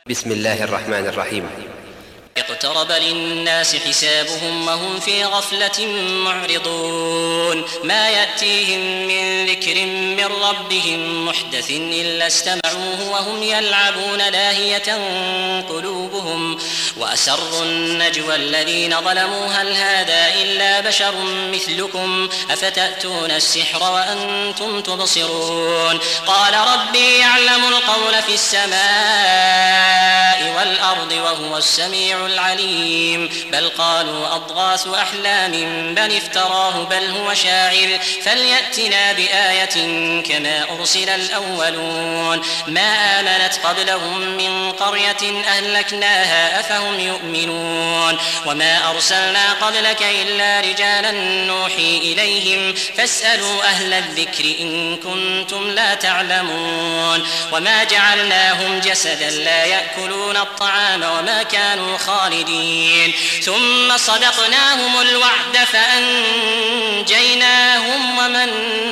بسم الله الرحمن الرحيم. اقترب للناس حسابهم وهم في غفلة معرضون ما يأتيهم من ذكر من ربهم محدث إلا استمعوه وهم يلعبون لاهية قلوبهم وأسروا النجوى الذين ظلموا هل هذا إلا بشر مثلكم أفتأتون السحر وأنتم تبصرون قال ربي يعلم القول في السماء والأرض وهو السميع العليم بل قالوا أضغاث أحلام بل افتراه بل هو شاعر فليأتنا بآية كما أرسل الأولون ما آمنت قبلهم من قرية أهلكناها أفهم يؤمنون وما أرسلنا قبلك إلا رجالا نوحي إليهم فاسألوا أهل الذكر إن كنتم لا تعلمون وما جعلناهم جسدا لا يأكلون الطعام وما كانوا خالدين ثم صدقناهم الوعد فأنجيناهم ومن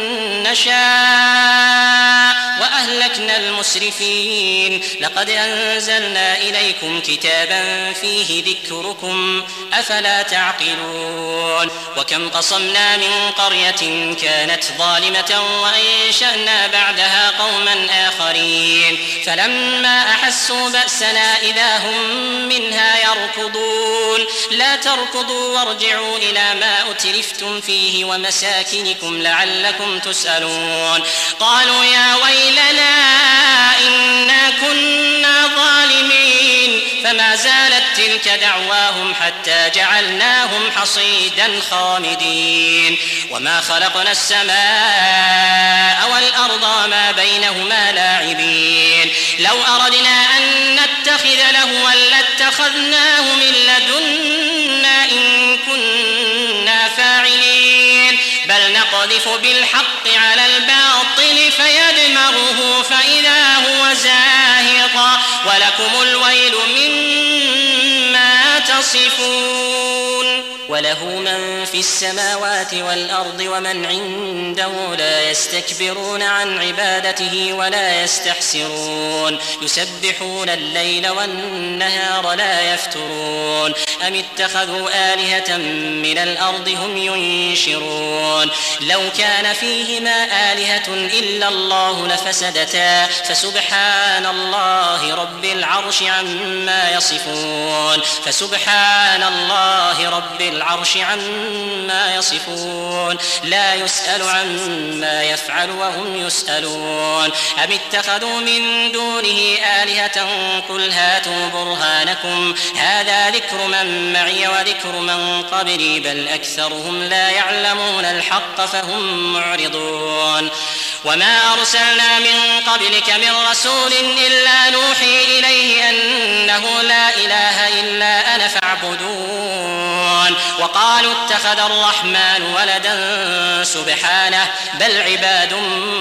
نشاء وأهلكنا المسرفين لقد أنزلنا إليكم كتابا فيه ذكركم أفلا تعقلون وكم قصمنا من قرية كانت ظالمة وأنشأنا بعدها قوما آخرين فلما أحسوا بأسنا إذا هم منها يركضون لا تركضوا وارجعوا إلى ما أترفتم فيه ومساكنكم لعلكم تسألون قالوا يا ويلنا إنا كنا ظالمين فما زالت تلك دعواهم حتى جعلناهم حصيدا خامدين وما خلقنا السماء والأرض وما بينهما لاعبين لو أردنا أن نتخذ لهوا لاتخذناه من لدنا إن كنا فاعلين بل نقذف بالحق على الباطل فيدمغه فإذا هو زاهق ولكم الويل مما تصفون وله من في السماوات والأرض ومن عنده لا يستكبرون عن عبادته ولا يستحسرون يسبحون الليل والنهار لا يفترون أم اتخذوا آلهة من الأرض هم ينشرون لو كان فيهما آلهة إلا الله لفسدتا فسبحان الله رب العرش عما يصفون فسبحان الله رب العرش عما يصفون لا يسأل عما يفعل وهم يسألون أم اتخذوا من دونه آلهة قل هاتوا برهانكم هذا ذكر من معي وذكر من قبلي بل أكثرهم لا يعلمون الحق فهم معرضون وما أرسلنا من قبلك من رسول إلا نوحي إليه أنه لا إله إلا أنا فاعبدون وقالوا اتخذ الرحمن ولدا سبحانه بل عباد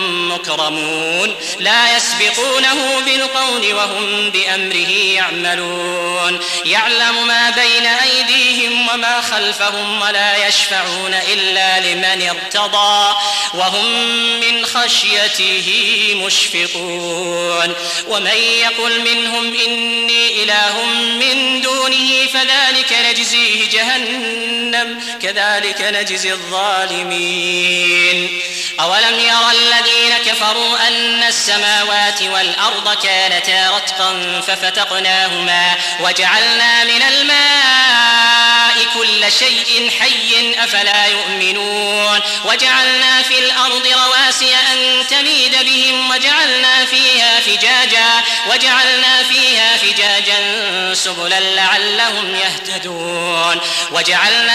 مكرمون لا يسبقونه بالقول وهم بأمره يعملون يعلم ما بين أيديهم وما خلفهم ولا يشفعون إلا لمن ارتضى وهم من خشيته مشفقون ومن يقل منهم إني إله من دونه فذلك نجزيه جهنم كذلك نجزي الظالمين أولم يرى الذين كفروا أن السماوات والأرض كانتا رتقا ففتقناهما وجعلنا من الماء كل شيء حي أفلا يؤمنون وجعلنا في الأرض رواسي أن تميد بهم وجعلنا فيها فجاجا سبلا لعلهم يهتدون وجعلنا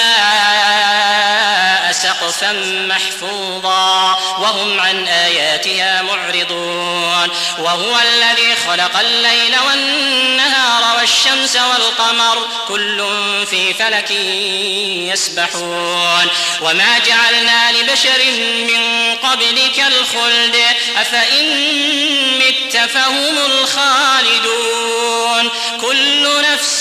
السماء سقفا محفوظا وهم عن آياتها معرضون وهو الذي خلق الليل والنهار والشمس والقمر كل في فلك يسبحون وما جعلنا لبشر من قبلك الخلد أفإن مت فهم الخالدون كل نفس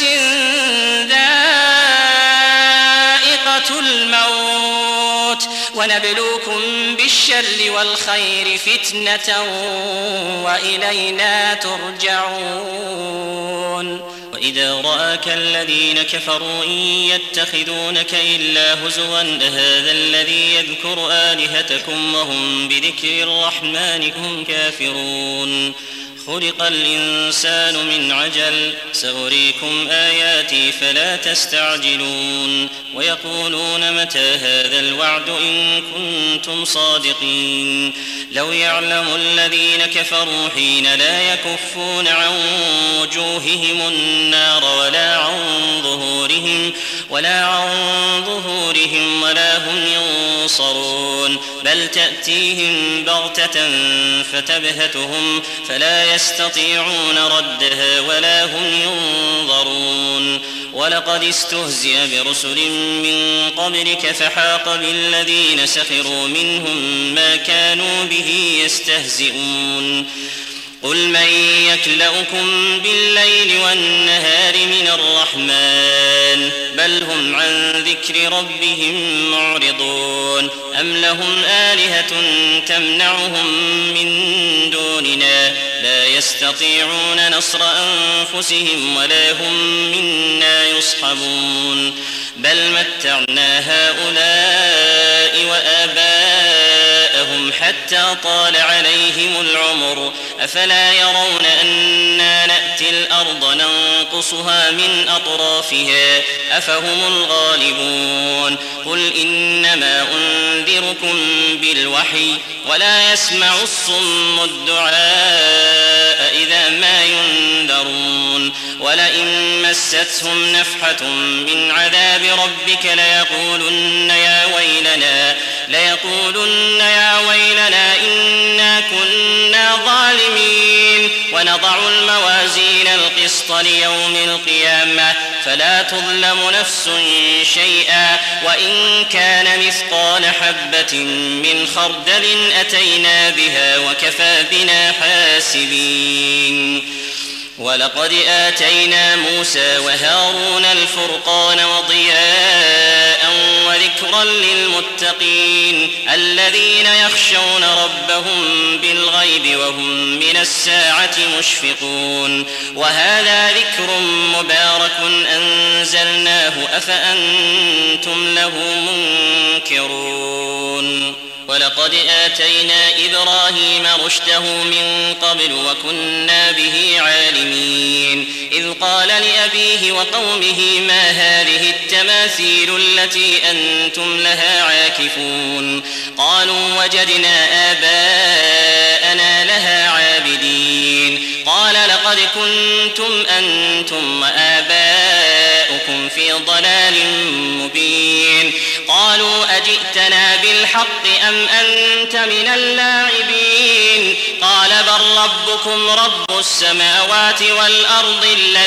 ذائقة الموت ونبلوكم بالشر والخير فتنة وإلينا ترجعون. وإذا رآك الذين كفروا إن يتخذونك إلا هزوا أهذا الذي يذكر آلهتكم وهم بذكر الرحمن هم كافرون خلق الإنسان من عجل سأريكم آياتي فلا تستعجلون ويقولون متى هذا الوعد إن كنتم صادقين لو يعلم الذين كفروا حين لا يكفون عن وجوههم النار ولا عن ظهورهم ولا هم ينصرون بل تأتيهم بغتة فتبهتهم فلا يستطيعون ردها ولا هم ينظرون ولقد استهزئ برسل من قبلك فحاق بالذين سخروا منهم ما كانوا به يستهزئون قل من يكلؤكم بالليل والنهار من الرحمن بل هم عن ذكر ربهم معرضون أم لهم آلهة تمنعهم من دوننا لا يستطيعون نصر أنفسهم ولا هم منا يصحبون بل متعنا هؤلاء وآباءهم حتى طال عليهم العمر أفلا يرون أنا نأتي الأرض ننقصها من أطرافها أفهم الغالبون قل إنما أنذركم بالوحي ولا يسمع الصم الدعاء إذا ما ينذرون ولئن مستهم نفحة من عذاب ربك ليقولن يا ويلنا إنا كنا ظالمين ونضع الموازين القسط ليوم القيامة فلا تظلم نفس شيئا وإن كان مثقال حبة من خردل أتينا بها وكفى بنا حاسبين ولقد آتينا موسى وهارون الفرقان وضياء وذكرا للمتقين الذين يخشون ربهم بالغيب وهم من الساعة مشفقون وهذا ذكر مبارك أنزلناه أفأنتم له منكرون ولقد آتينا إبراهيم رشده من قبل وكنا به عالمين إذ قال لأبيه وقومه ما هذه التماثيل التي أنتم لها عاكفون قالوا وجدنا آباءنا لها عابدين قال لقد كنتم أنتم وآباؤكم في ضلال مبين قالوا أجئتنا بالحق أم أنت من اللاعبين قال بل ربكم رب السماوات والأرض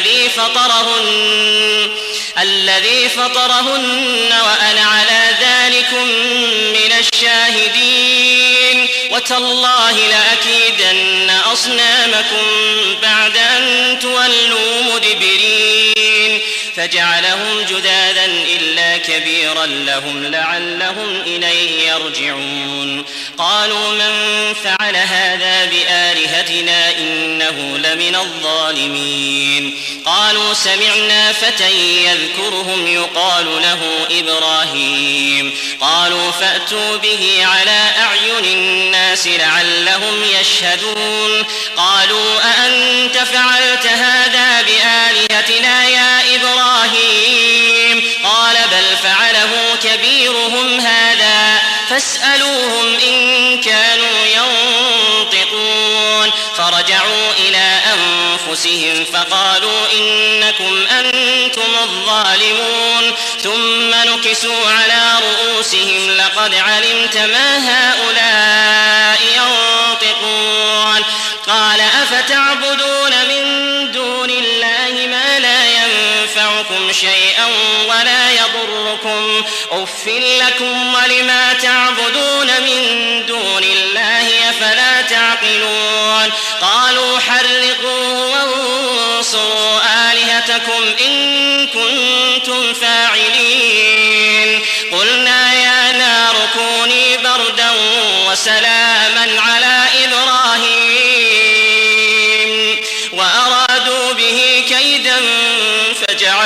الذي فطرهن وأنا على ذلكم من الشاهدين وتالله لأكيدن أصنامكم بعد أن تولوا مدبرين فجعلهم جذاذا إلا كبيرا لهم لعلهم إليه يرجعون قالوا من فعل هذا بآلهتنا إنه لمن الظالمين قالوا سمعنا فتى يذكرهم يقال له إبراهيم قالوا فأتوا به على أعين الناس لعلهم يشهدون قالوا أأنت فعلت هذا بآلهتنا يا إبراهيم قال بل فعله كبيرهم هذا فاسألوهم إن كانوا ينطقون فرجعوا إلى أنفسهم فقالوا إنكم أنتم الظالمون ثم نكسوا على رؤوسهم لقد علمت ما هؤلاء ينطقون قال أفتعبدون من دون الله ما لا ينفعكم شيئا ولا يضركم أف لكم ولما تعبدون من دون الله أفلا تعقلون قالوا حرقوه وانصروا آلهتكم إن كنتم فاعلين قلنا يا نار كوني بردا وسلاما على إبراهيم وأرادوا به كيدا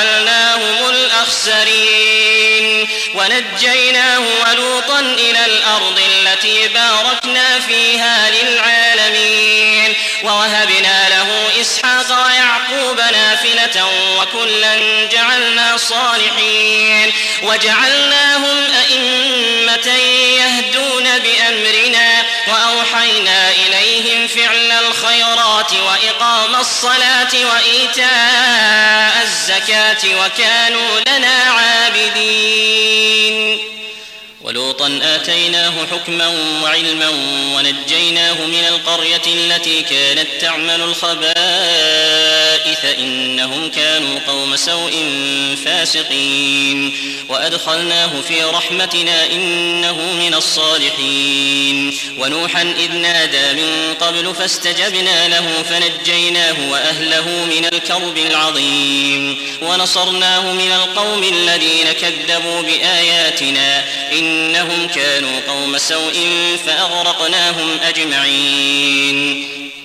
فجعلناهم الأخسرين ونجيناه ولوطا إلى الأرض التي باركنا فيها للعالمين ووهبنا له إسحاق ويعقوب نافلة وكلا جعلنا صالحين وجعلناهم أئمة يهدون بأمرنا وأوحينا إليهم فعل الخيرات وإقام الصلاة وإيتاء الزكاة وكانوا لنا عابدين ولوطا آتيناه حكما وعلما ونجيناه من القرية التي كانت تعمل الخبائث إنهم كانوا قوم سوء فاسقين وأدخلناه في رحمتنا إنه من الصالحين ونوحا إذ نادى من قبل فاستجبنا له فنجيناه وأهله من الكرب العظيم ونصرناه من القوم الذين كذبوا بآياتنا إنهم كانوا قوم سوء فأغرقناهم أجمعين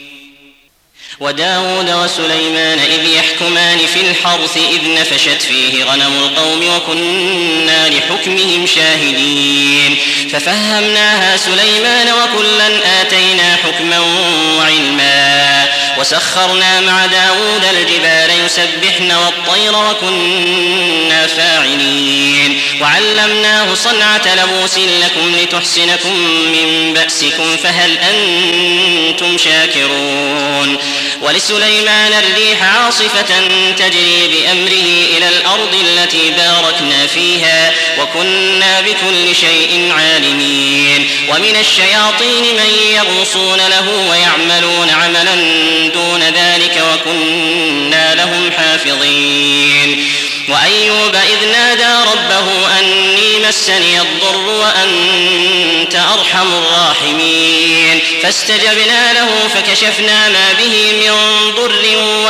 وداود وسليمان إذ يحكمان في الحرث إذ نفشت فيه غنم القوم وكنا لحكمهم شاهدين ففهمناها سليمان وكلا آتينا حكما وعلما وسخرنا مع داود الجبال يسبحن والطير وكنا فاعلين وعلمناه صنعة لبوس لكم لتحسنكم من بأسكم فهل أنتم شاكرون ولسليمان الريح عاصفة تجري بأمره إلى الأرض التي باركنا فيها وكنا بكل شيء عالمين ومن الشياطين من يغوصون له ويعملون عملا دون ذلك وكنا لهم حافظين وأيوب إذ نادى ربه أني مسني الضر وأنت أرحم الراحمين فاستجبنا له فكشفنا ما به من ضر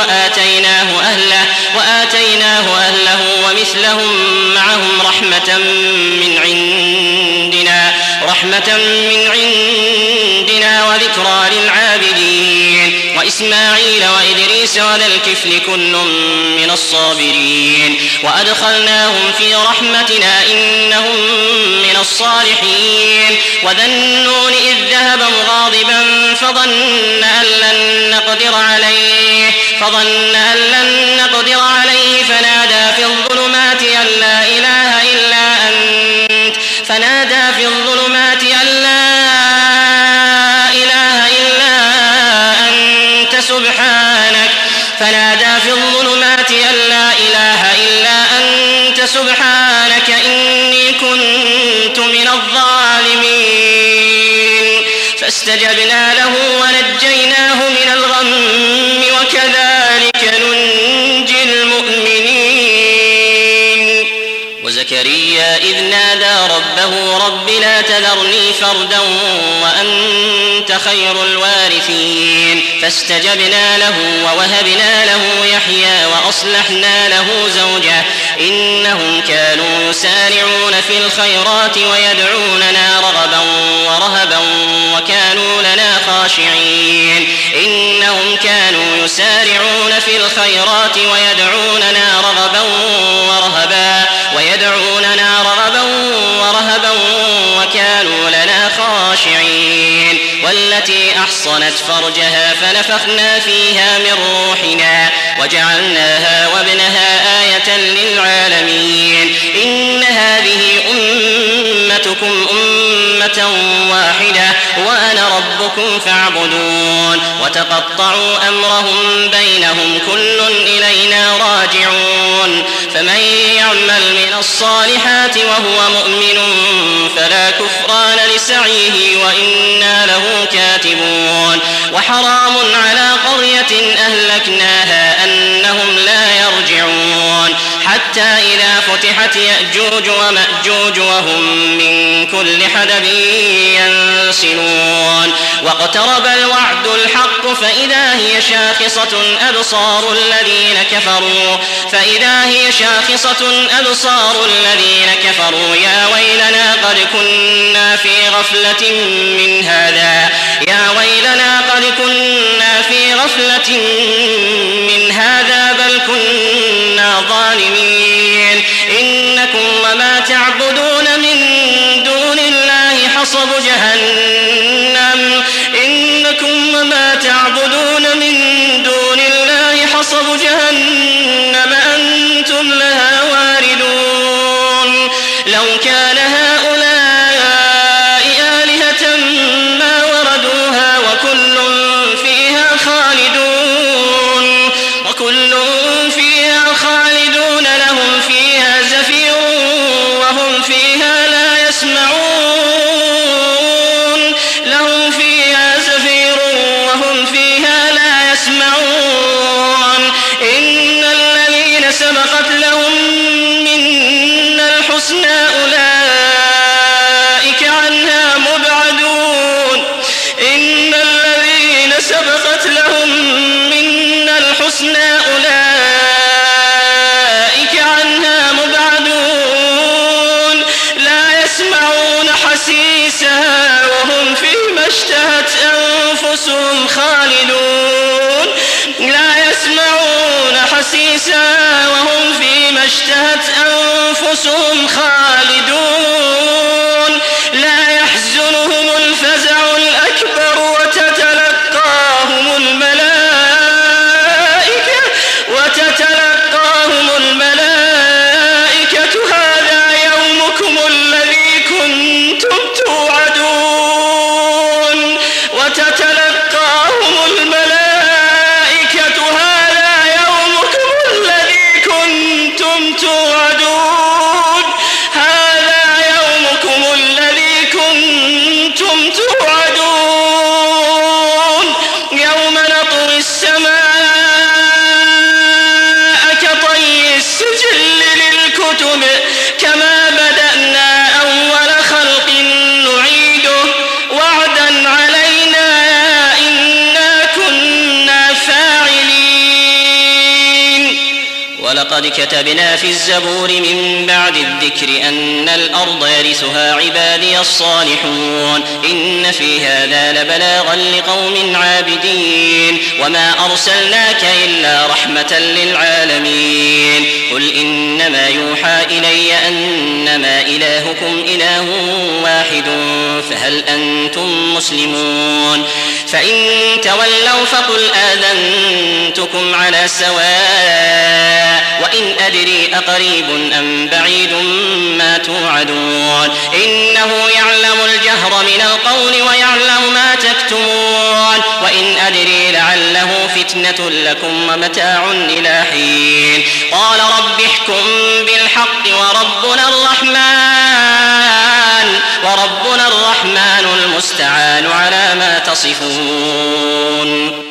وآتيناه أهله ومثلهم معهم رحمة من عندنا وذكرى للعابدين وإسماعيل وإدريس وذا الكفل كل من الصابرين وأدخلناهم في رحمتنا إنهم من الصالحين وذا النون إذ ذهب مغاضبا فظن أن لن نقدر عليه فنادى في الظلمات أن لا إله إلا أنت سبحانك إني كنت من الظالمين فاستجبنا له ونجيناه من الغم وكذلك ننجي المؤمنين وزكريا إذ نادى ربه رب لا تذرني فردا وأنت خير الوارثين فاستجبنا له ووهبنا له يحيى وأصلحنا له زوجه إنهم كانوا يسارعون في الخيرات ويدعوننا رغبا ورهبا وكانوا لنا خاشعين وكانوا لنا خاشعين والتي أحصنت فرجها فنفخنا فيها من روحنا وجعلناها وابنها آية للعالمين إن هذه أمتكم أمة واحدة وأنا ربكم فاعبدون وتقطعوا أمرهم بينهم كل إلينا راجعون فمن يعمل من الصالحات وهو مؤمن فلا كفران لسعيه وإنا له كاتبون وحرام على قرية أهلكناها أنهم لا يرجعون حتى إذا فتحت يأجوج ومأجوج وهم من كل حدب ينسلون واقترب الوعد الحق فإذا هي شاخصة أبصار الذين كفروا يا ويلنا قد كنا في غفلة من هذا بل كنا ظالمين تعبدون من دون الله حصب جهنم إنكم وما تعبدون من دون الله حصب جهنم أنتم لها واردون لو كان هؤلاء آلهة ما وردوها وكل فيها خالدون لهم فيها زفير وهم فيها لا يسمعون إن الذين سبقت لهم منا الحسنى أولئك عنها مبعدون إن الذين سبقت لهم منا الحسنى أولئك عنها مبعدون لا يسمعون حسيسها وهم فيما اشتهت أنفسهم خالدون لا يسمعون حسيسها وهم فيما اشتهت أنفسهم خالدون لا يحزنهم الفزع الأكبر وتتلقاهم الملائكة هذا يومكم الذي كنتم توعدون وتتلقاهم الملائكة هذا يومكم الذي كنتم توعدون هذا يومكم الذي كنتم توعدون يوم نطوي السماء كطي السجل للكتب كما بدأنا أول خلق نعيده وعدا علينا إنا كنا فاعلين ولقد كتبنا في الزبور من بعد الذكر أن الأرض يرثها عبادي الصالحون إن في هذا لبلاغا لقوم عابدين وما أرسلناك إلا رحمة للعالمين قل إنما يوحى إلي أنما إلهكم إله واحد فهل أنتم مسلمون فإن تولوا فقل آذنتكم على سواء وإن أدري أقريب أم بعيد ما توعدون إنه يعلم الجهر من القول ويعلم ما تكتمون وإن أدري لعله فتنة لكم ومتاع إلى حين قال رب احكم بالحق وربنا الرحمن المستعان على ما تصفون